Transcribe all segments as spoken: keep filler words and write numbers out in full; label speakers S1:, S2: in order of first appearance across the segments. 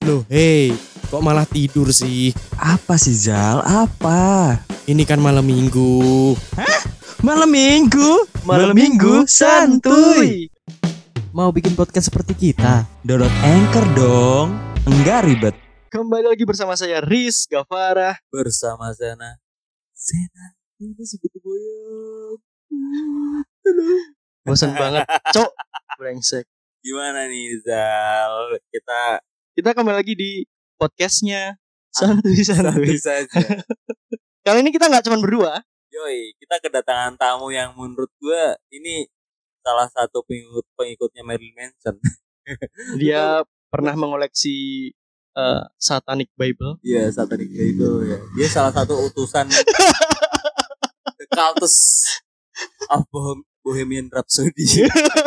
S1: Loh, hei, kok malah tidur sih?
S2: Apa sih Zal? Apa?
S1: Ini kan malam minggu.
S2: Hah? Malam minggu? Malam minggu santuy.
S1: Mau bikin podcast seperti kita?
S2: Download Anchor dong. Enggak ribet.
S1: Kembali lagi bersama saya Riz Gavara.
S2: Bersama Zana. Zena, ini masih butuh boyong.
S1: Bosan banget, cok. Brengsek.
S2: Gimana nih Zal? Kita
S1: Kita kembali lagi di podcastnya santuy-santuy
S2: saja.
S1: Kali ini kita nggak cuma berdua.
S2: Yoi, kita kedatangan tamu yang menurut gue ini salah satu pengikut pengikutnya Marilyn Manson.
S1: Dia pernah mengoleksi uh, Satanic Bible.
S2: Iya, Satanic Bible ya. Dia salah satu utusan The Cultus of Bohemian Rhapsody.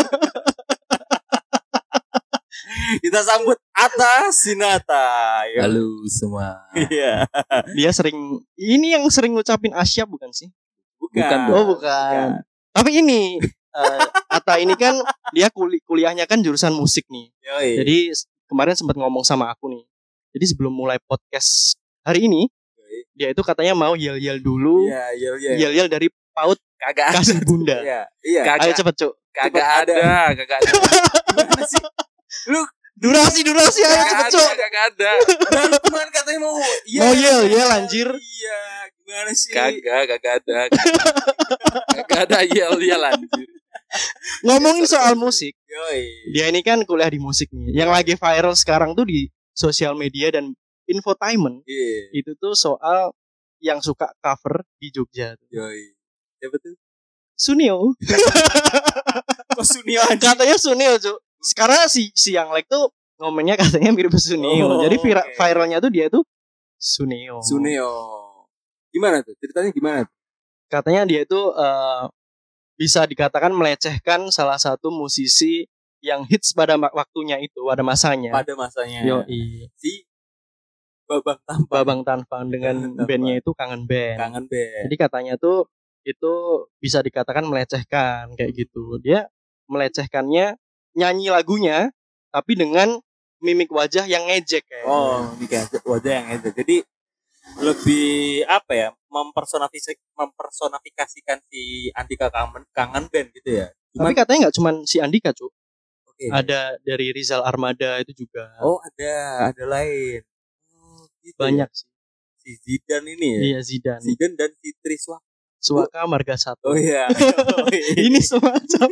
S2: Kita sambut Atta Sinata. Ya.
S3: Halo semua.
S2: Iya.
S1: Dia sering ini yang sering ngucapin Asia bukan sih?
S2: Bukan.
S3: Bukan
S1: Oh bukan.
S2: Bukan.
S1: Tapi ini uh, Atta ini kan dia kul- kuliahnya kan jurusan musik nih.
S2: Yoi.
S1: Jadi kemarin sempat ngomong sama aku nih. Jadi sebelum mulai podcast hari ini,
S2: Yoi.
S1: dia itu katanya mau yel-yel dulu,
S2: Iya, iya, iya.
S1: yel-yel dari PAUD
S2: Kagak
S1: Kasih Bunda.
S2: Iya, iya.
S3: Kagak.
S1: Ayo cepet cuk.
S3: Kagak
S2: Cepet
S3: ada, kagak ada.
S2: Gimana sih? Lu
S1: Durasi durasi ayo
S3: Kagak
S1: cepet
S3: ada,
S1: cuk.
S3: kagak ada.
S2: baru kemarin katanya mau iya.
S1: Mau yel, yel, anjir.
S2: Iya, gimana sih?
S3: Kagak, kagak ada. Kagak ada yel yel anjir.
S1: Ngomongin soal musik,
S2: Yoi.
S1: dia ini kan kuliah di musik nih. Yang lagi viral sekarang tuh di sosial media dan infotainment.
S2: Iya.
S1: Itu tuh soal yang suka cover di Jogja.
S2: Yoi. Siapa tuh?
S1: Sunio.
S2: Kok Sunio aja?
S1: Katanya Sunio, Cuk. Sekarang si si yang like tuh ngomennya katanya mirip Sunio.
S2: Oh,
S1: Jadi vira-
S2: okay.
S1: viralnya tuh dia tuh Sunio.
S2: Sunio. Gimana tuh? Ceritanya gimana tuh?
S1: Katanya dia itu eh, bisa dikatakan melecehkan salah satu musisi yang hits pada ma- waktunya itu, pada masanya.
S2: Pada masanya.
S1: Yoi.
S2: Si Babang Tampan.
S1: Babang Tanpan dengan
S2: Babang Tanpan.
S1: bandnya itu Kangen Band.
S2: Kangen band.
S1: Jadi katanya tuh itu bisa dikatakan melecehkan kayak gitu. Dia melecehkannya nyanyi lagunya tapi dengan mimik wajah yang ngejek kayak.
S2: Oh, ini kayak wajah yang itu. Jadi lebih apa ya? Mempersonifikasi mempersonifikasikan si Andika Kangen Kangen Band gitu ya.
S1: Tapi katanya nggak cuma si Andika, Cuk.
S2: Oke.
S1: Ada dari Rizal Armada itu juga.
S2: Oh, ada, ada lain. Oh, gitu
S1: Banyak
S2: ya.
S1: sih.
S2: Si Zidane ini ya.
S1: Iya, Zidane.
S2: Zidane dan si Triswa.
S1: Suaka Marga Satu.
S2: Oh iya. Oh, iya.
S1: Ini semacam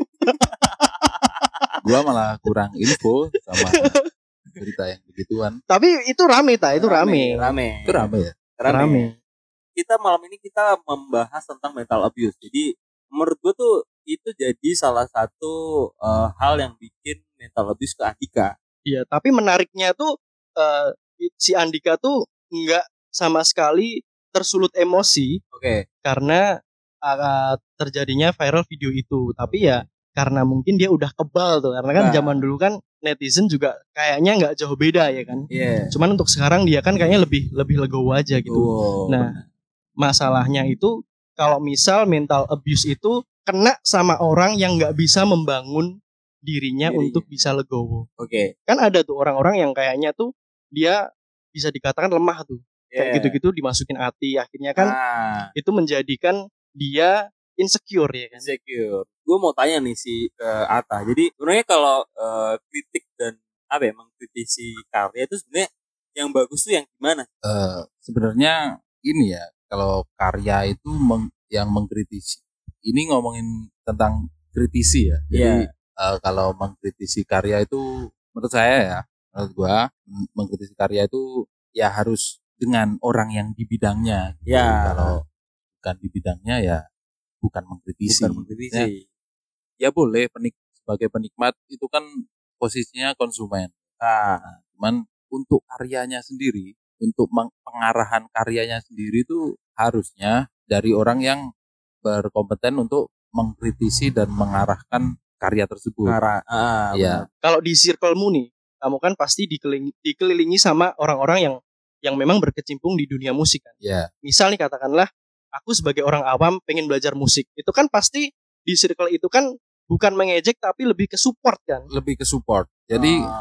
S3: Gua malah kurang info sama berita yang begituan.
S1: tapi itu rame ta, itu rame.
S2: Rame.
S3: Itu rame ya?
S2: Rame.
S1: Rame.
S2: Kita malam ini kita membahas tentang mental abuse. Jadi menurut gue tuh itu jadi salah satu uh, hal yang bikin mental abuse ke Andika.
S1: Iya, tapi menariknya tuh eh, si Andika tuh nggak sama sekali tersulut emosi
S2: Oke.
S1: karena uh, terjadinya viral video itu. Tapi ya karena mungkin dia udah kebal tuh, karena kan
S2: Nah.
S1: zaman dulu kan netizen juga kayaknya nggak jauh beda ya kan.
S2: Iya.
S1: Cuman untuk sekarang dia kan kayaknya lebih lebih legowo aja gitu.
S2: Oh,
S1: Nah, masalahnya itu kalau misal mental abuse itu kena sama orang yang nggak bisa membangun dirinya
S2: Dirinya.
S1: untuk bisa legowo.
S2: Oke.
S1: Kan ada tuh orang-orang yang kayaknya tuh dia bisa dikatakan lemah tuh. Kayak
S2: Yeah.
S1: gitu-gitu dimasukin hati, akhirnya kan
S2: Ah,
S1: itu menjadikan dia insecure ya kan.
S2: insecure. Gue mau tanya nih si ke Atta. Jadi sebenarnya kalau uh, kritik dan apa ya mengkritisi karya itu sebenarnya yang bagus tuh yang gimana?
S3: Eh, sebenarnya ini ya, kalau karya itu meng- yang mengkritisi. Ini ngomongin tentang kritisi ya. Jadi eh, kalau mengkritisi karya itu menurut saya ya, menurut gua m- mengkritisi karya itu ya harus dengan orang yang di bidangnya. gitu.
S2: Ya.
S3: Kalau bukan di bidangnya ya bukan mengkritisi.
S2: Bukan mengkritisi.
S3: Ya boleh penik sebagai penikmat itu kan posisinya konsumen.
S2: Ah,
S3: Nah, cuman untuk karyanya sendiri, untuk meng- pengarahan karyanya sendiri itu harusnya dari orang yang berkompeten untuk mengkritisi dan mengarahkan karya tersebut.
S2: karena ah,
S3: Iya.
S1: Kalau di circlemu nih, kamu kan pasti dikelilingi, dikelilingi sama orang-orang yang yang memang berkecimpung di dunia musik kan.
S3: Ya,
S1: Misal nih katakanlah aku sebagai orang awam pengen belajar musik. Itu kan pasti di circle itu kan bukan mengejek tapi lebih ke support kan.
S3: lebih ke support. Jadi
S2: Ah,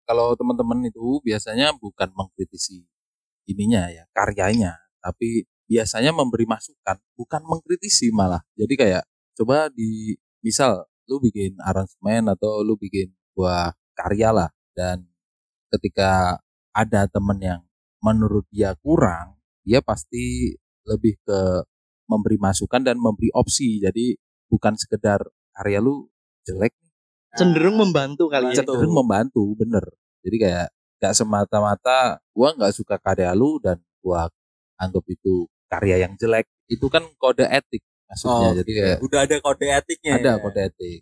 S3: kalau teman-teman itu biasanya bukan mengkritisi ininya ya, karyanya, tapi biasanya memberi masukan, bukan mengkritisi malah. Jadi kayak coba di misal lu bikin aransemen atau lu bikin buah karya lah, dan ketika ada temen yang menurut dia kurang, dia pasti lebih ke memberi masukan dan memberi opsi. Jadi bukan sekedar karya lu jelek,
S1: Cenderung membantu kali ya.
S3: cenderung membantu, bener. Jadi kayak gak semata-mata gua gak suka karya lu dan gua anggap itu karya yang jelek. Itu kan kode etik maksudnya.
S2: Oh,
S3: Jadi kayak
S2: udah ada kode etiknya.
S3: ada
S2: ya?
S3: kode etik.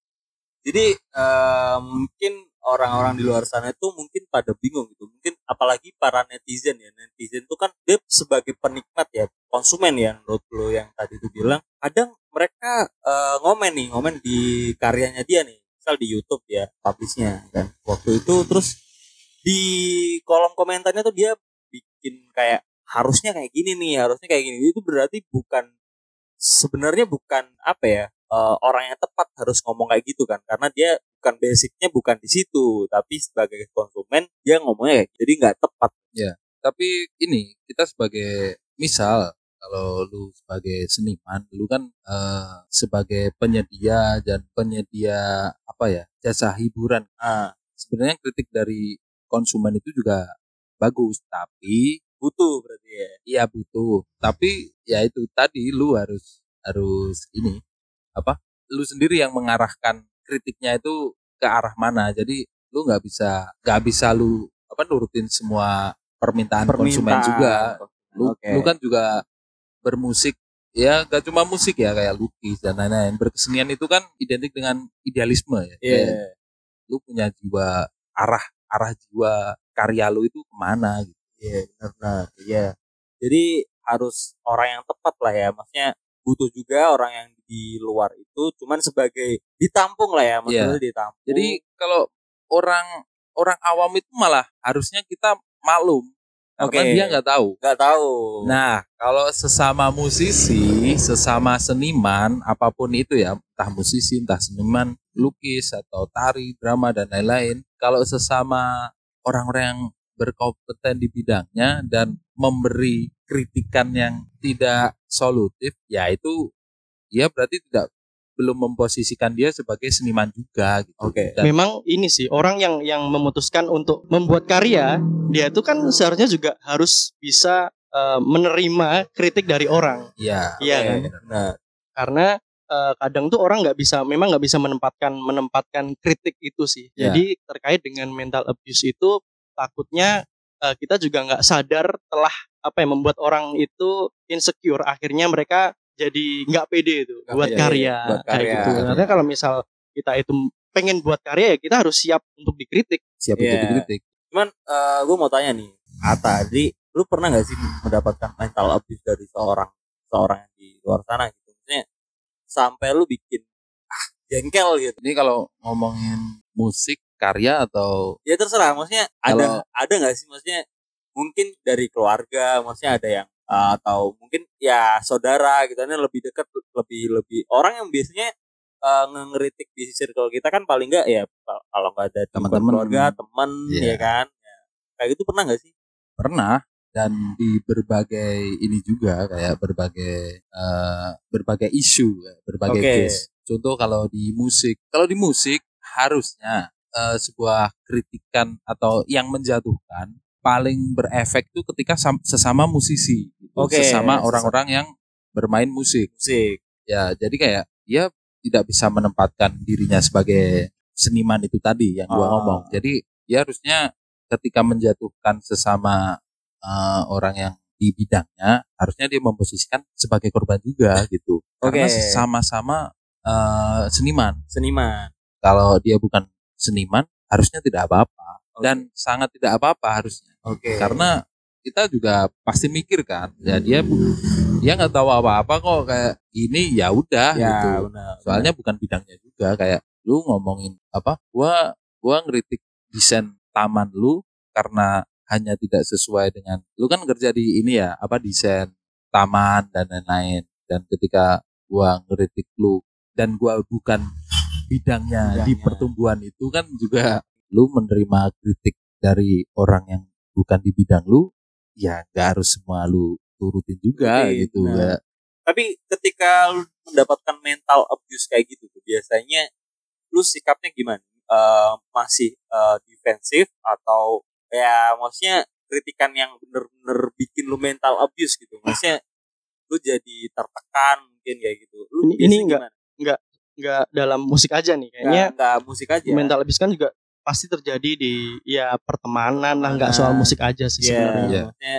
S2: Jadi eh, mungkin orang-orang di luar sana itu mungkin pada bingung gitu. Mungkin apalagi para netizen ya. Netizen itu kan dia sebagai penikmat ya, konsumen ya, menurut lo yang tadi itu bilang. Kadang mereka eh, ngomen nih, ngomen di karyanya dia nih. Misal di YouTube ya, publishnya. Dan waktu itu terus di kolom komentarnya tuh dia bikin kayak harusnya kayak gini nih, harusnya kayak gini. Itu berarti bukan, sebenarnya bukan apa ya, uh, orang yang tepat harus ngomong kayak gitu kan, karena dia bukan basicnya bukan di situ, tapi sebagai konsumen dia ngomongnya kayak gitu. Jadi nggak tepat.
S3: Ya, tapi ini kita sebagai misal kalau lu sebagai seniman, lu kan eh, sebagai penyedia dan penyedia apa ya, jasa hiburan.
S2: Ah,
S3: Sebenarnya kritik dari konsumen itu juga bagus, tapi
S2: butuh berarti ya.
S3: iya butuh. Tapi ya itu tadi lu harus harus ini apa? Lu sendiri yang mengarahkan kritiknya itu ke arah mana. Jadi lu nggak bisa nggak bisa lu apa nurutin semua permintaan, konsumen juga. Lu
S2: Oke.
S3: lu kan juga bermusik ya, gak cuma musik ya, kayak lukis dan lain-lain. Berkesenian itu kan identik dengan idealisme ya.
S2: Iya.
S3: Kayak lu punya jiwa, arah arah jiwa karya lu itu kemana gitu.
S2: Iya, benar-benar. Iya. Jadi harus orang yang tepat lah ya. Maksudnya butuh juga orang yang di luar itu cuman sebagai ditampung lah ya, maksudnya
S3: Iya.
S2: ditampung.
S3: Jadi kalau orang orang awam itu malah harusnya kita maklum karena
S2: Oke.
S3: dia nggak tahu.
S2: nggak tahu.
S3: Nah, kalau sesama musisi, sesama seniman, apapun itu ya, entah musisi, entah seniman, lukis atau tari, drama dan lain-lain, kalau sesama orang-orang yang berkompeten di bidangnya dan memberi kritikan yang tidak solutif, ya itu dia berarti tidak belum memposisikan dia sebagai seniman juga gitu.
S2: Oke.
S3: Dan
S1: Memang ini sih orang yang yang memutuskan untuk membuat karya, dia itu kan seharusnya juga harus bisa eh, menerima kritik dari orang.
S3: ya,
S1: Iya
S2: Oke,
S1: kan?
S2: benar.
S1: Karena eh, kadang tuh orang nggak bisa, memang nggak bisa menempatkan menempatkan kritik itu sih.
S3: Ya.
S1: Jadi terkait dengan mental abuse itu takutnya eh, kita juga nggak sadar telah apa ya membuat orang itu insecure. Akhirnya mereka jadi nggak pede itu
S2: Nggak
S1: buat
S2: pede
S1: karya,
S2: buat
S1: kayak
S2: karya.
S1: gitu. Karena kalau misal kita itu pengen buat karya ya kita harus siap untuk dikritik.
S3: siap
S2: Iya.
S3: untuk dikritik.
S2: Cuman uh, gue mau tanya nih, Ata, jadi lu pernah nggak sih mendapatkan mental abuse dari seorang seorang yang di luar sana gitu? Maksudnya sampai lu bikin ah jengkel gitu.
S3: Ini kalau ngomongin musik, karya atau
S2: Ya terserah, maksudnya ada
S3: Kalau-
S2: ada nggak sih, maksudnya mungkin dari keluarga, maksudnya ada yang uh, atau mungkin ya saudara gitu, ini lebih dekat, lebih lebih orang yang biasanya uh, ngeritik di circle kita kan paling nggak ya kalau nggak ada
S3: Teman-teman.
S2: keluarga, teman,
S3: Iya.
S2: ya kan, ya. Kayak gitu pernah nggak sih?
S3: pernah, dan di berbagai ini juga kayak berbagai eh, berbagai isu, berbagai
S2: Oke.
S3: case. Contoh kalau di musik, kalau di musik harusnya eh, sebuah kritikan atau yang menjatuhkan paling berefek tuh ketika sam- sesama musisi, gitu.
S2: Oke,
S3: sesama
S2: sesama.
S3: orang-orang yang bermain musik.
S2: Musik.
S3: Ya, jadi kayak dia tidak bisa menempatkan dirinya sebagai seniman itu tadi yang gua
S2: Ah.
S3: ngomong. Jadi dia harusnya ketika menjatuhkan sesama uh, orang yang di bidangnya, harusnya dia memposisikan sebagai korban juga gitu. Karena
S2: Oke.
S3: sama-sama uh, seniman.
S2: Seniman.
S3: Kalau dia bukan seniman, harusnya tidak apa-apa.
S2: Oke.
S3: Dan sangat tidak apa-apa harusnya.
S2: Oke.
S3: Karena kita juga pasti mikir kan, ya dia dia nggak tahu apa-apa kok, kayak ini ya udah
S2: ya
S3: gitu.
S2: benar.
S3: Soalnya bukan bidangnya juga, kayak lu ngomongin apa? Gua gua ngeritik desain taman lu karena hanya tidak sesuai dengan lu kan kerja di ini ya, apa desain taman dan lain-lain. Dan ketika gua ngeritik lu dan gua bukan bidangnya, di
S2: Bidangnya.
S3: pertumbuhan itu kan juga lu menerima kritik dari orang yang bukan di bidang lu, ya nggak harus semua lu turutin juga
S2: Turutin,
S3: gitu.
S2: nah.
S3: Kayak,
S2: Tapi ketika lu mendapatkan mental abuse kayak gitu tuh, biasanya lu sikapnya gimana? Eh, masih eh, defensif atau ya maksudnya kritikan yang bener-bener bikin lu mental abuse gitu? Maksudnya lu jadi tertekan mungkin kayak gitu. Lu
S1: Ini ini
S2: biasanya
S1: enggak
S2: gimana?
S1: enggak enggak dalam musik aja nih. Kayaknya
S2: Nggak, nggak musik aja.
S1: mental abuse kan juga pasti terjadi di ya pertemanan lah, nggak
S2: Pertemanan.
S1: soal musik aja sih
S2: Iya,
S1: sebenarnya.
S3: Iya.
S2: maksudnya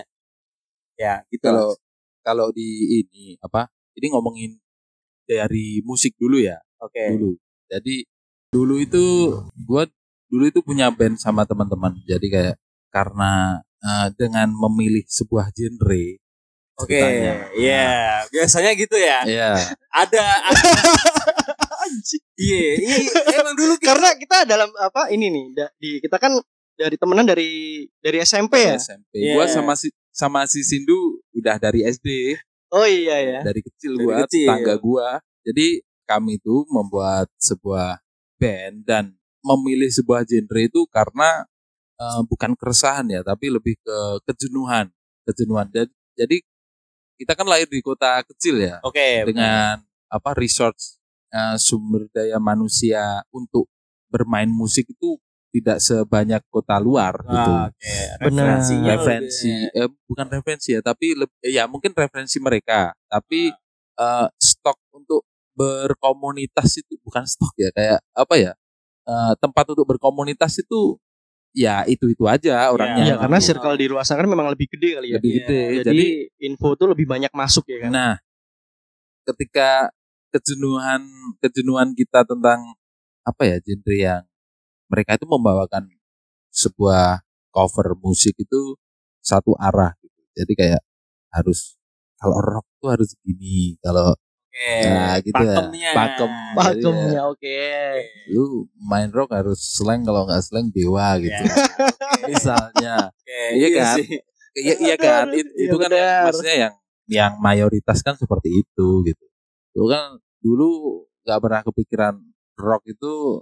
S2: ya gitu
S3: kalau
S2: lah.
S3: kalau di ini apa? Ini ngomongin dari musik dulu ya.
S2: Oke.
S3: Dulu. Jadi dulu itu gua dulu itu punya band sama teman-teman. Jadi kayak karena eh, dengan memilih sebuah genre.
S2: Oke,
S3: ceritanya.
S2: iya, biasanya gitu ya.
S3: Iya.
S2: Ada, ada
S1: Anjing.
S2: iya, iya, emang dulu kita
S1: Karena kita dalam apa ini nih, da- di kita kan dari temenan dari dari S M P ya.
S3: S M P.
S2: Iya.
S3: Gua sama si sama si Sindu udah dari S D.
S1: Oh iya ya.
S3: Dari kecil
S2: Dari
S3: gua,
S2: kecil.
S3: tetangga gua. Jadi kami itu membuat sebuah band dan memilih sebuah genre itu karena eh, bukan keresahan ya, tapi lebih ke kejenuhan, kejenuhan. Dan- Jadi kita kan lahir di kota kecil ya,
S2: Oke,
S3: dengan apa resource eh, sumber daya manusia untuk bermain musik itu tidak sebanyak kota luar gitu.
S2: Ah, oke.
S1: Benar.
S2: Referensinya
S3: Referensi
S2: lebih-
S3: eh, bukan referensi ya, tapi leb- eh, ya mungkin referensi mereka, tapi eh, stok untuk berkomunitas itu bukan stok ya, kayak apa ya, eh, tempat untuk berkomunitas itu ya itu itu aja orangnya.
S1: Iya, karena
S2: Iya.
S1: circle di luar sana kan memang lebih gede kali ya.
S3: lebih
S2: Iya.
S3: gede.
S1: Jadi,
S3: Jadi
S1: info tuh lebih banyak masuk ya kan.
S3: nah, ketika kejenuhan kejenuhan kita tentang apa ya genre yang mereka itu membawakan sebuah cover musik itu satu arah gitu. Jadi kayak harus kalau rock tuh harus gini, kalau
S2: Oke.
S3: nah gitu ya,
S2: Pakemnya.
S3: pakem.
S1: Pakemnya oke.
S2: Oke.
S3: Lu main rock harus slang, kalau nggak slang dewa gitu.
S2: Ya, oke.
S3: Misalnya,
S2: Oke,
S3: Iya kan?
S2: sih.
S3: iya, iya kan, It-
S1: Iya,
S3: itu kan yang,
S1: benar.
S3: maksudnya yang yang mayoritas kan seperti itu gitu. Lu kan dulu nggak pernah kepikiran rock itu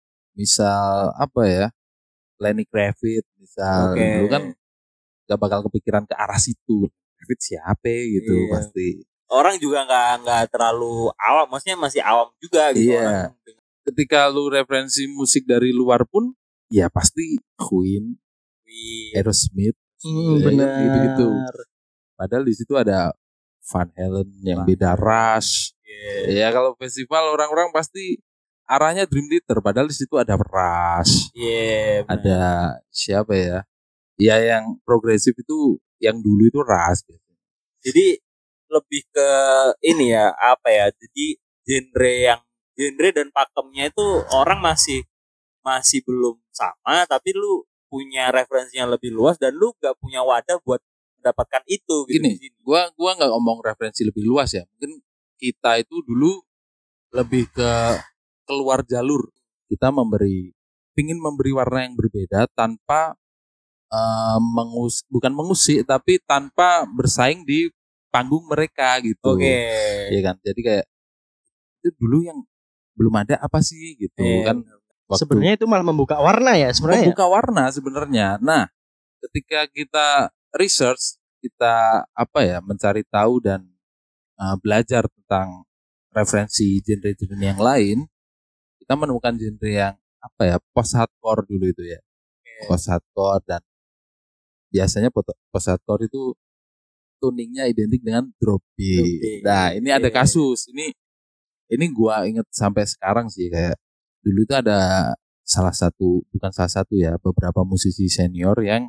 S3: misal apa ya, Lenny Kravitz misal,
S2: Oke.
S3: dulu kan nggak bakal kepikiran ke arah situ. Kravitz siapa gitu
S2: Iya.
S3: pasti.
S2: Orang juga nggak nggak terlalu awam, maksudnya masih awam juga gitu.
S3: Iya.
S2: Orang dengan
S3: Ketika lu referensi musik dari luar pun, ya pasti Queen,
S2: Wii.
S3: Aerosmith,
S1: Hmm,
S3: ya,
S1: benar.
S3: gitu-gitu. Padahal di situ ada Van Halen yang
S2: Van
S3: beda Rush.
S2: Iya.
S3: Ya kalau festival orang-orang pasti arahnya Dream Theater, padahal di situ ada Rush,
S2: Iya. benar.
S3: ada siapa ya? Ya yang progresif itu yang dulu itu Rush.
S2: Jadi lebih ke ini ya, apa ya? Jadi genre yang genre dan pakemnya itu orang masih masih belum sama, tapi lu punya referensi yang lebih luas dan lu gak punya wadah buat mendapatkan itu gitu
S3: Gini,
S2: di sini.
S3: gua gua nggak ngomong referensi lebih luas ya. Mungkin kita itu dulu lebih ke keluar jalur. Kita memberi, pingin memberi warna yang berbeda tanpa eh, mengus, bukan mengusik, tapi tanpa bersaing di panggung mereka gitu.
S2: Oke.
S3: Iya kan. Jadi kayak itu dulu yang belum ada apa sih gitu
S2: Iya,
S3: kan. Waktu
S1: Sebenarnya itu malah membuka warna ya sebenarnya.
S3: membuka warna sebenarnya. Nah, ketika kita research, kita apa ya, mencari tahu dan uh, belajar tentang referensi genre-genre yang lain, kita menemukan genre yang apa ya, post hardcore dulu itu ya. Post hardcore, dan biasanya post hardcore itu tuningnya identik dengan drop beat.
S2: Drop beat.
S3: Nah, ini ada
S2: Iya.
S3: kasus. Ini ini gua inget sampai sekarang sih, kayak dulu itu ada salah satu, bukan salah satu ya, beberapa musisi senior yang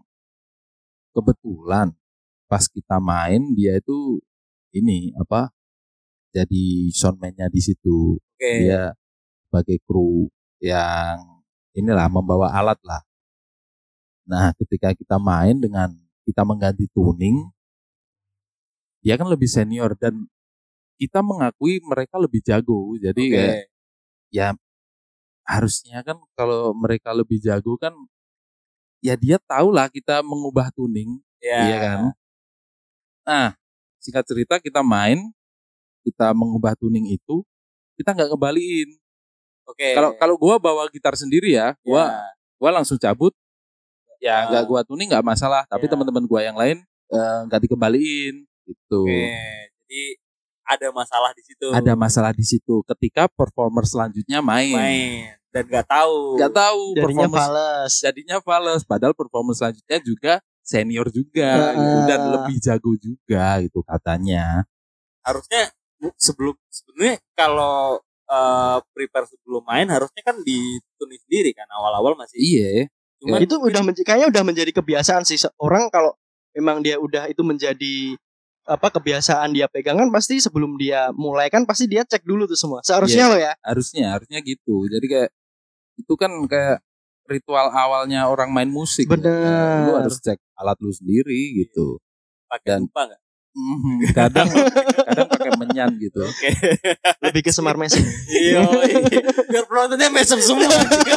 S3: kebetulan pas kita main dia itu ini apa, jadi soundman-nya di situ.
S2: Oke.
S3: Dia sebagai kru yang inilah, membawa alat lah. Nah, ketika kita main dengan kita mengganti tuning, dia kan lebih senior dan kita mengakui mereka lebih jago. Jadi
S2: Oke.
S3: kayak ya harusnya kan kalau mereka lebih jago kan ya dia tahu lah kita mengubah tuning,
S2: Ya.
S3: iya kan. Nah, singkat cerita kita main, kita mengubah tuning itu, kita nggak kembaliin.
S2: Oke.
S3: Kalau kalau gua bawa gitar sendiri ya, gua
S2: Ya.
S3: gua langsung cabut. Ya
S2: Ah.
S3: nggak gua tuning nggak masalah, tapi
S2: Ya.
S3: teman-teman gua yang lain eh, nggak dikembaliin gitu.
S2: Oke, jadi ada masalah di situ.
S3: Ada masalah di situ ketika performer selanjutnya main.
S2: Main dan nggak tahu.
S3: Nggak tahu
S1: Jadinya
S3: performance
S1: fales.
S3: jadinya fales, padahal performance selanjutnya juga senior juga
S1: Uh-uh.
S3: gitu, dan lebih jago juga gitu katanya.
S2: Harusnya sebelum sebenarnya kalau uh, prepare sebelum main harusnya kan ditulis sendiri kan awal-awal masih.
S3: Iya.
S2: Cuman
S1: Itu udah menj- kayaknya udah menjadi kebiasaan sih orang kalau memang dia udah itu menjadi apa kebiasaan dia pegangan, pasti sebelum dia mulai kan pasti dia cek dulu tuh semua. Seharusnya
S3: Iya.
S1: lo ya.
S3: Harusnya harusnya gitu. Jadi kayak itu kan kayak ritual awalnya orang main musik.
S1: Bener.
S3: Ya. Lu harus cek alat lu sendiri gitu.
S2: pakai
S3: Dan-
S2: lupa nggak?
S3: Mhm, kadang kadang pakai menyan gitu.
S2: Oke.
S1: Lebih ke semar mesem.
S2: Iya. Biar penontonnya mesem semua.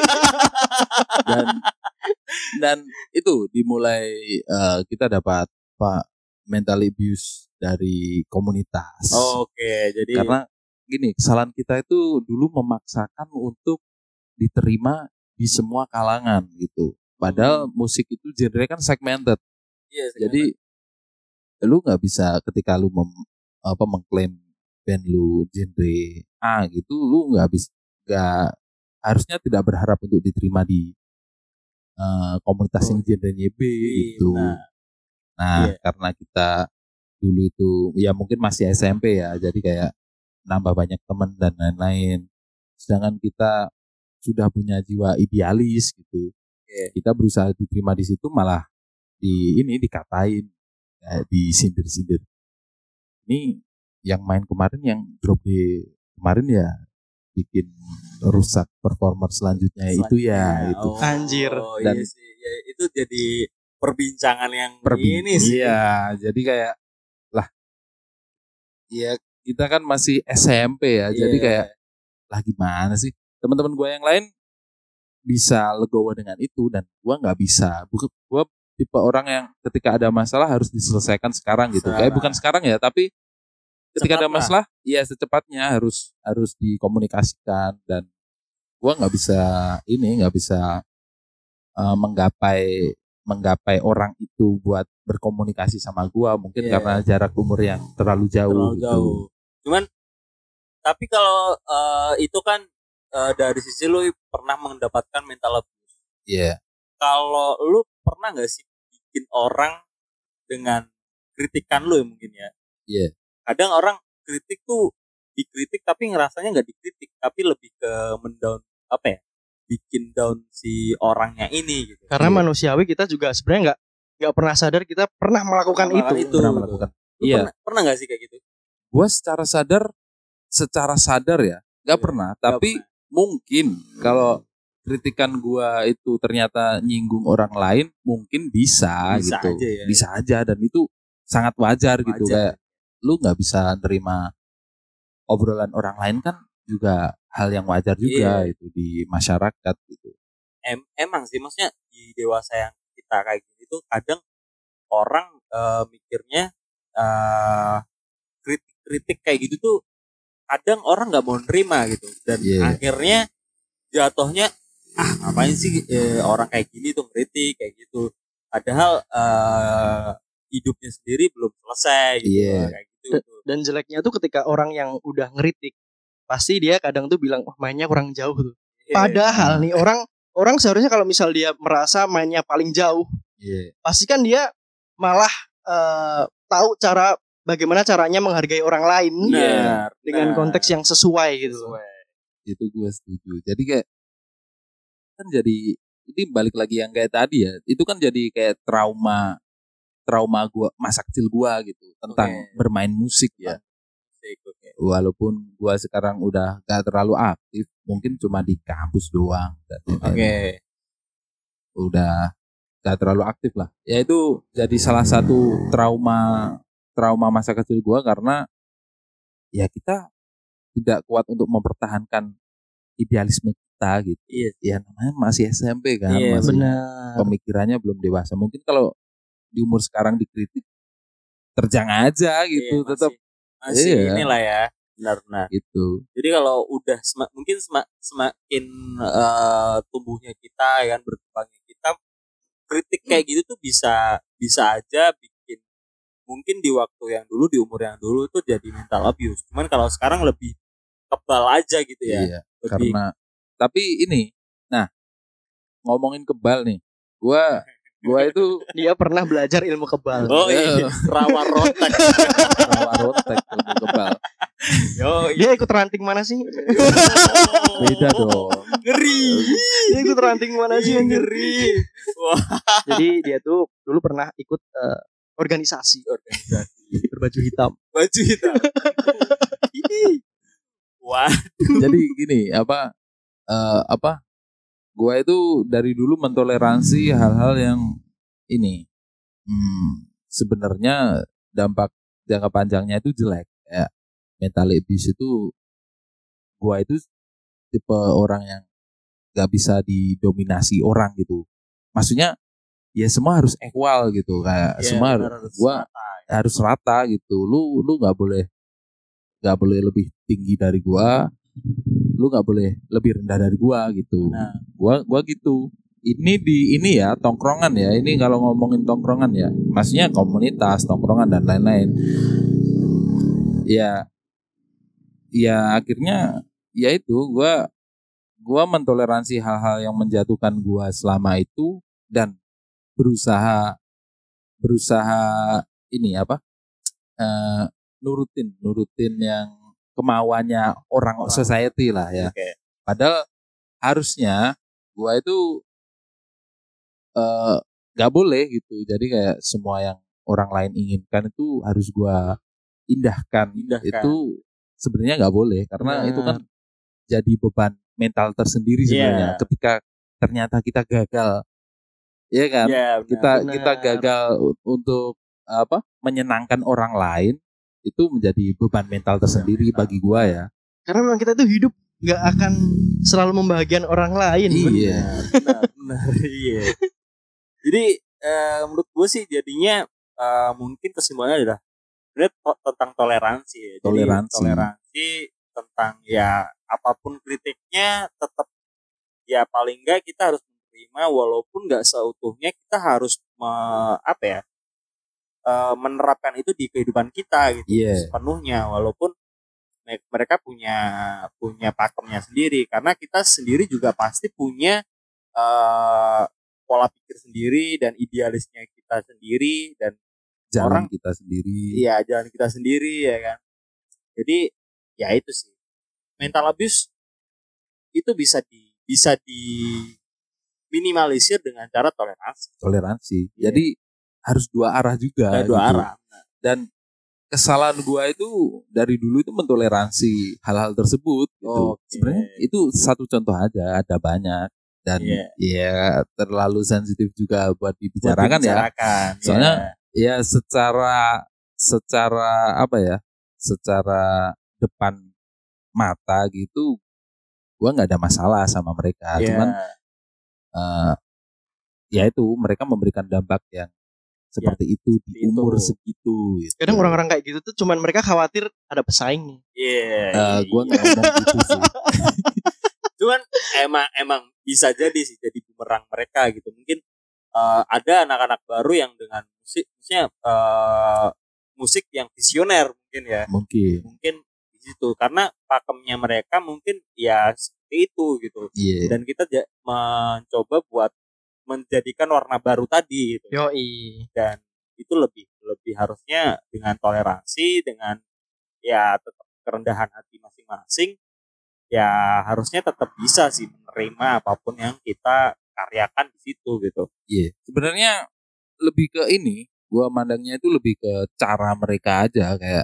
S3: dan dan itu dimulai eh, kita dapat Pak mental abuse dari komunitas.
S2: Oke, jadi
S3: Karena gini, kesalahan kita itu dulu memaksakan untuk diterima di semua kalangan gitu. Padahal musik itu genre kan segmented.
S2: iya,
S3: Jadi lu nggak bisa ketika lu mem, apa mengklaim band lu genre A gitu, lu nggak bisa nggak harusnya tidak berharap untuk diterima di eh, komunitas yang genrenya B gitu.
S2: Nah,
S3: Nah,
S2: iya.
S3: karena kita dulu itu ya mungkin masih S M P ya, jadi kayak nambah banyak teman dan lain-lain. Sedangkan kita sudah punya jiwa idealis gitu.
S2: Oke.
S3: Kita berusaha diterima di situ malah di ini dikatain, kayak disindir-sindir. Ini yang main kemarin yang drop di kemarin ya bikin rusak performer selanjutnya, itu ya
S2: selanjutnya.
S3: itu.
S2: Oh,
S1: Anjir.
S2: Iya
S3: Dan-
S2: sih. Ya, itu jadi perbincangan yang
S3: Perbi-
S2: ini sih.
S3: Iya, jadi kayak lah, ya kita kan masih S M P ya, jadi
S2: Iya.
S3: kayak lah gimana sih? Teman-teman gue yang lain bisa legowo dengan itu dan gue nggak bisa. Bukan gue tipe orang yang ketika ada masalah harus diselesaikan sekarang gitu.
S2: Sekarang.
S3: Kayak bukan sekarang ya, tapi ketika
S2: Cepat
S3: ada
S2: lah.
S3: masalah, iya secepatnya harus harus dikomunikasikan dan gue nggak bisa ini nggak bisa eh, menggapai menggapai orang itu buat berkomunikasi sama gua mungkin
S2: Iya.
S3: karena jarak umur yang terlalu jauh
S2: terlalu
S3: gitu.
S2: jauh. Cuman tapi kalau eh, itu kan eh, dari sisi lu pernah mendapatkan mental abuse.
S3: Iya.
S2: Kalau lu pernah nggak sih bikin orang dengan kritikan lu ya mungkin ya?
S3: Iya.
S2: Kadang orang kritik tuh dikritik tapi ngerasanya nggak dikritik, tapi lebih ke mendown apa ya? Bikin down si orangnya ini gitu.
S1: Karena
S3: Iya.
S1: manusiawi kita juga sebenarnya nggak nggak pernah sadar kita pernah melakukan
S2: Melakukan
S1: itu.
S2: itu.
S3: Pernah melakukan.
S2: Lu
S3: Iya.
S2: Pernah, pernah nggak sih kayak gitu?
S3: Gua secara sadar secara sadar ya nggak
S2: Iya.
S3: pernah,
S2: Nggak
S3: tapi mungkin kalau kritikan gua itu ternyata nyinggung orang lain mungkin bisa,
S2: Bisa
S3: gitu.
S2: aja ya.
S3: Bisa aja dan itu sangat wajar, gitu.
S2: Wajar.
S3: Kayak lu nggak bisa nerima obrolan orang lain kan juga hal yang wajar juga
S2: Iya.
S3: itu di masyarakat gitu.
S2: Em, emang sih maksudnya di dewasa yang kita kayak gini tuh kadang orang eh, mikirnya eh, kritik-kritik kayak gitu tuh kadang orang nggak mau nerima gitu dan
S3: Iya.
S2: akhirnya jatuhnya ah ngapain sih eh, orang kayak gini tuh kritik kayak gitu padahal eh, hidupnya sendiri belum selesai gitu
S3: Iya.
S2: kayak gitu tuh.
S1: Dan jeleknya tuh ketika orang yang udah ngeritik pasti dia kadang tuh bilang wah mainnya kurang jauh tuh.
S2: Iya.
S1: Padahal nih orang orang seharusnya kalau misal dia merasa mainnya paling jauh,
S3: Iya.
S1: pasti kan dia malah eh, tahu cara bagaimana caranya menghargai orang lain
S2: Benar,
S1: dengan
S2: benar.
S1: konteks yang sesuai gitu.
S2: Sesuai.
S3: Itu gue setuju. Jadi kayak kan jadi ini balik lagi yang kayak tadi ya. Itu kan jadi kayak trauma trauma gua masa kecil gua gitu tentang
S2: Oke.
S3: bermain musik ya.
S2: Oke.
S3: Walaupun gua sekarang udah gak terlalu aktif, mungkin cuma di kampus doang. Dan
S2: Oke.
S3: udah gak terlalu aktif lah. Ya itu jadi salah satu trauma trauma masa kecil gua karena ya kita tidak kuat untuk mempertahankan idealisme kita gitu.
S2: Iya.
S3: Ya namanya masih S M P kan,
S2: Iya,
S3: masih
S1: Benar.
S3: pemikirannya belum dewasa. Mungkin kalau di umur sekarang dikritik terjang aja gitu,
S2: Iya,
S3: tetap
S2: masih, masih
S3: Iya.
S2: inilah ya. Benar-benar.
S3: Gitu.
S2: Jadi kalau udah semak, mungkin semak, semakin uh, tumbuhnya kita ya kan, berkembangnya kita, kritik kayak gitu tuh bisa bisa aja bikin mungkin di waktu yang dulu, di umur yang dulu tuh jadi mental abuse. Cuman kalau sekarang lebih kebal aja gitu ya.
S3: Iya,
S2: lebih,
S3: karena tapi ini, nah ngomongin kebal nih, gua gua itu
S1: Dia pernah belajar ilmu kebal.
S2: oh iya, rawa rotek.
S3: rawa rotek ilmu kebal.
S2: Yo,
S1: Dia ikut ranting mana sih?
S3: Beda dong.
S2: Ngeri.
S1: Dia ikut ranting mana sih? anjir?
S2: Ngeri. Wah,
S1: Jadi dia tuh dulu pernah ikut eh, organisasi
S2: organisasi
S1: berbaju hitam.
S2: baju hitam. Wah,
S3: Jadi gini, apa eh, apa? Gua itu dari dulu mentoleransi hal-hal yang ini. Hmm, sebenarnya dampak jangka panjangnya itu jelek. Ya, mental abuse itu, gua itu tipe orang yang gak bisa didominasi orang gitu. Maksudnya ya semua harus equal gitu, kayak
S2: ya,
S3: semua
S2: benar,
S3: harus, gua
S2: rata.
S3: harus rata gitu. Lu lu nggak boleh nggak boleh lebih tinggi dari gua, lu nggak boleh lebih rendah dari gua gitu.
S2: Nah,
S3: Gua gua gitu. Ini di ini ya tongkrongan ya. Ini kalau ngomongin tongkrongan ya, maksudnya komunitas, tongkrongan dan lain-lain. Ya, ya akhirnya ya itu gua gua mentoleransi hal-hal yang menjatuhkan gua selama itu dan berusaha berusaha ini apa? Eh, nurutin nurutin yang kemauannya orang,
S2: Orang.
S3: society lah ya.
S2: Oke.
S3: Padahal harusnya gua itu eh nggak boleh gitu. Jadi kayak semua yang orang lain inginkan itu harus gua indahkan.
S2: Indahkan.
S3: Itu sebenarnya nggak boleh karena
S1: Benar.
S3: itu kan jadi beban mental tersendiri sebenarnya.
S2: Iya.
S3: Ketika ternyata kita gagal, ya kan?
S2: Ya, benar.
S3: kita
S1: Benar.
S3: kita gagal u- untuk apa? Menyenangkan orang lain, itu menjadi beban mental tersendiri
S2: mental.
S3: bagi gua ya.
S1: Karena memang kita tuh hidup nggak akan selalu membahagiakan orang lain.
S3: Iya.
S2: benar, benar, iya. Jadi eh, menurut gue sih jadinya eh, mungkin kesimpulannya adalah sebenarnya to- tentang toleransi ya. Jadi
S3: Toleransi.
S2: toleransi tentang ya apapun kritiknya tetap ya paling enggak kita harus menerima walaupun nggak seutuhnya kita harus me- apa ya eh, menerapkan itu di kehidupan kita gitu
S3: Iya.
S2: sepenuhnya walaupun me- mereka punya punya pakemnya sendiri karena kita sendiri juga pasti punya eh, pola pikir sendiri dan idealisnya kita sendiri dan
S3: Jalan
S2: orang
S3: kita sendiri.
S2: iya jalan kita sendiri ya kan jadi ya itu sih mental abuse itu bisa di bisa di minimalisir dengan cara toleransi
S3: Toleransi.
S2: Iya.
S3: Jadi harus dua arah juga.
S2: Kayak dua
S3: gitu.
S2: arah
S3: Dan kesalahan gua itu dari dulu itu mentoleransi hal-hal tersebut. Gitu.
S2: Oke.
S3: Sebenarnya itu satu contoh aja, ada banyak. Dan
S2: Iya.
S3: ya terlalu sensitif juga buat
S2: buat
S3: dibicarakan ya.
S2: dibicarakan,
S3: Soalnya
S2: ya.
S3: ya secara secara apa ya? Secara depan mata gitu gua nggak ada masalah sama mereka.
S2: Ya.
S3: Cuman eh, ya itu mereka memberikan dampak yang seperti itu di
S2: seperti
S3: umur
S2: itu.
S3: segitu gitu.
S1: Kadang orang-orang kayak gitu tuh cuman mereka khawatir ada pesaing nih.
S2: Iya.
S3: Eh, gua nggak ngomong gitu sih.
S2: Cuman emang emang bisa jadi sih jadi bumerang mereka gitu. Mungkin eh, ada anak-anak baru yang dengan musik, maksudnya eh, musik yang visioner mungkin ya.
S3: Mungkin.
S2: Mungkin di situ karena pakemnya mereka mungkin ya seperti itu gitu.
S3: Iya.
S2: Dan kita ja- mencoba buat menjadikan warna baru tadi gitu.
S1: Yoi.
S2: Dan itu lebih lebih harusnya dengan toleransi dengan ya tetap kerendahan hati masing-masing ya harusnya tetap bisa sih menerima apapun yang kita karyakan di situ gitu.
S3: Iya. Sebenarnya lebih ke ini, gua mandangnya itu lebih ke cara mereka aja, kayak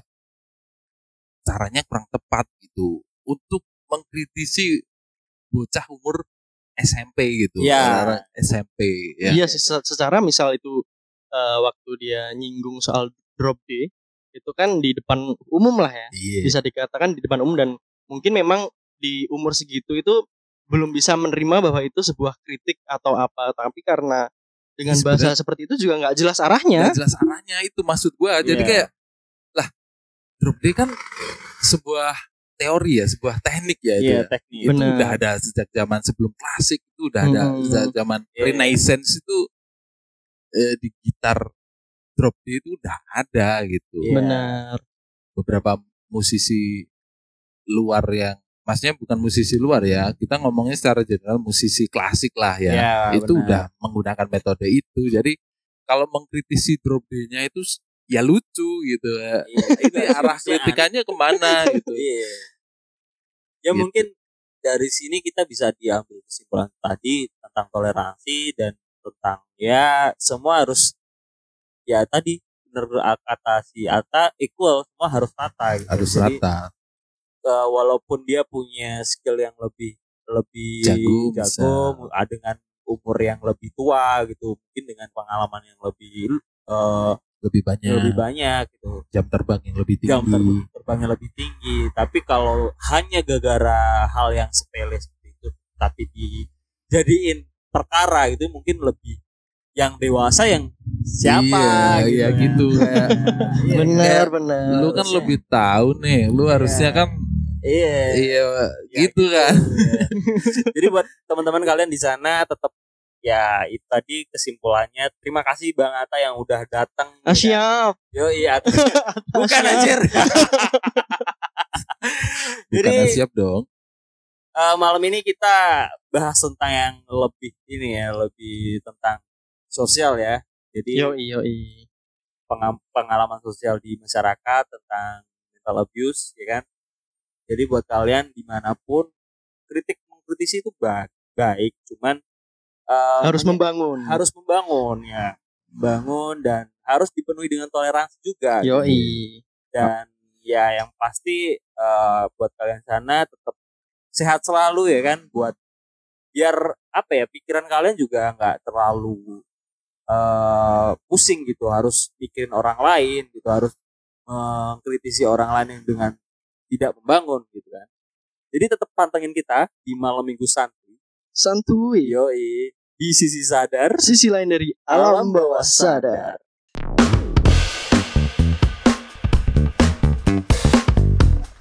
S3: caranya kurang tepat gitu untuk mengkritisi bocah umur S M P gitu.
S2: Iya.
S3: Anak-anak S M P ya.
S1: Iya sih se- secara misal itu eh, waktu dia nyinggung soal drop D itu kan di depan umum lah ya.
S3: Iya.
S1: Bisa dikatakan di depan umum dan mungkin memang di umur segitu itu belum bisa menerima bahwa itu sebuah kritik atau apa, tapi karena dengan
S3: Sebenarnya-
S1: bahasa seperti itu juga nggak jelas arahnya.
S3: Nggak jelas arahnya itu maksud gua. Jadi
S2: Iya.
S3: kayak lah drop D kan sebuah teori ya, sebuah teknik ya itu.
S2: Iya,
S3: Ya.
S2: teknik.
S3: Itu
S1: Benar.
S3: udah ada sejak zaman sebelum klasik, itu udah ada
S1: Hmm.
S3: sejak zaman
S2: Iya.
S3: Renaissance itu eh, di gitar drop D itu udah ada gitu.
S2: Iya.
S1: Benar.
S3: Beberapa musisi luar yang maksudnya bukan musisi luar ya, kita ngomongnya secara general musisi klasik lah ya.
S2: Iya,
S3: itu
S2: benar.
S3: udah menggunakan metode itu. Jadi kalau mengkritisi drop D-nya itu ya lucu gitu.
S2: Iya,
S3: Ini arah kritikannya kemana gitu.
S2: Iya. Ya
S3: Gitu.
S2: mungkin dari sini kita bisa diambil kesimpulan tadi tentang toleransi dan tentang ya semua harus ya tadi bener kata si Ata equal, semua harus rata gitu.
S3: Harus
S2: Jadi,
S3: rata.
S2: eh, walaupun dia punya skill yang lebih lebih
S3: Jago,
S2: jago ah, dengan umur yang lebih tua gitu, mungkin dengan pengalaman yang lebih eh,
S3: Lebih banyak.
S2: lebih banyak gitu,
S3: Jam terbang yang lebih tinggi.
S2: jam ter- terbangnya lebih tinggi. Tapi kalau hanya gara-gara hal yang sepele seperti itu tapi dijadiin perkara gitu, mungkin lebih yang dewasa yang siapa
S3: Iya, iya
S2: kan.
S3: gitu kayak
S2: Iya,
S1: Benar,
S3: kayak
S1: benar.
S3: lu kan
S2: Harusnya.
S3: lebih tahu nih, lu harusnya kan
S2: iya
S3: iya
S2: Ya,
S3: gitu kan.
S2: Iya. Jadi buat teman-teman kalian di sana tetap ya itu tadi kesimpulannya. Terima kasih Bang Atta yang udah datang.
S1: Ah, siap.
S2: Yo iya. Bukan
S1: Siap.
S2: anjir. Jadi
S3: Bukan siap dong.
S2: eh, malam ini kita bahas tentang yang lebih ini ya, lebih tentang sosial ya. Jadi
S1: Yo iyo
S2: pengam- pengalaman sosial di masyarakat tentang mental abuse ya kan. Jadi buat kalian dimanapun kritik mengkritisi itu ba- baik, cuman eh,
S1: Harus
S2: men-
S1: membangun.
S2: harus membangun ya, membangun dan harus dipenuhi dengan toleransi juga.
S1: Yo
S2: Dan ya yang pasti eh, buat kalian sana tetap sehat selalu ya kan, buat biar apa ya pikiran kalian juga nggak terlalu eh, pusing gitu, harus mikirin orang lain gitu, harus mengkritisi orang lain yang dengan tidak membangun gitu kan. Jadi tetap pantengin kita di malam minggu santuy.
S1: Santuy.
S2: Yoi, di sisi sadar
S1: Sisi lain dari alam bawah sadar.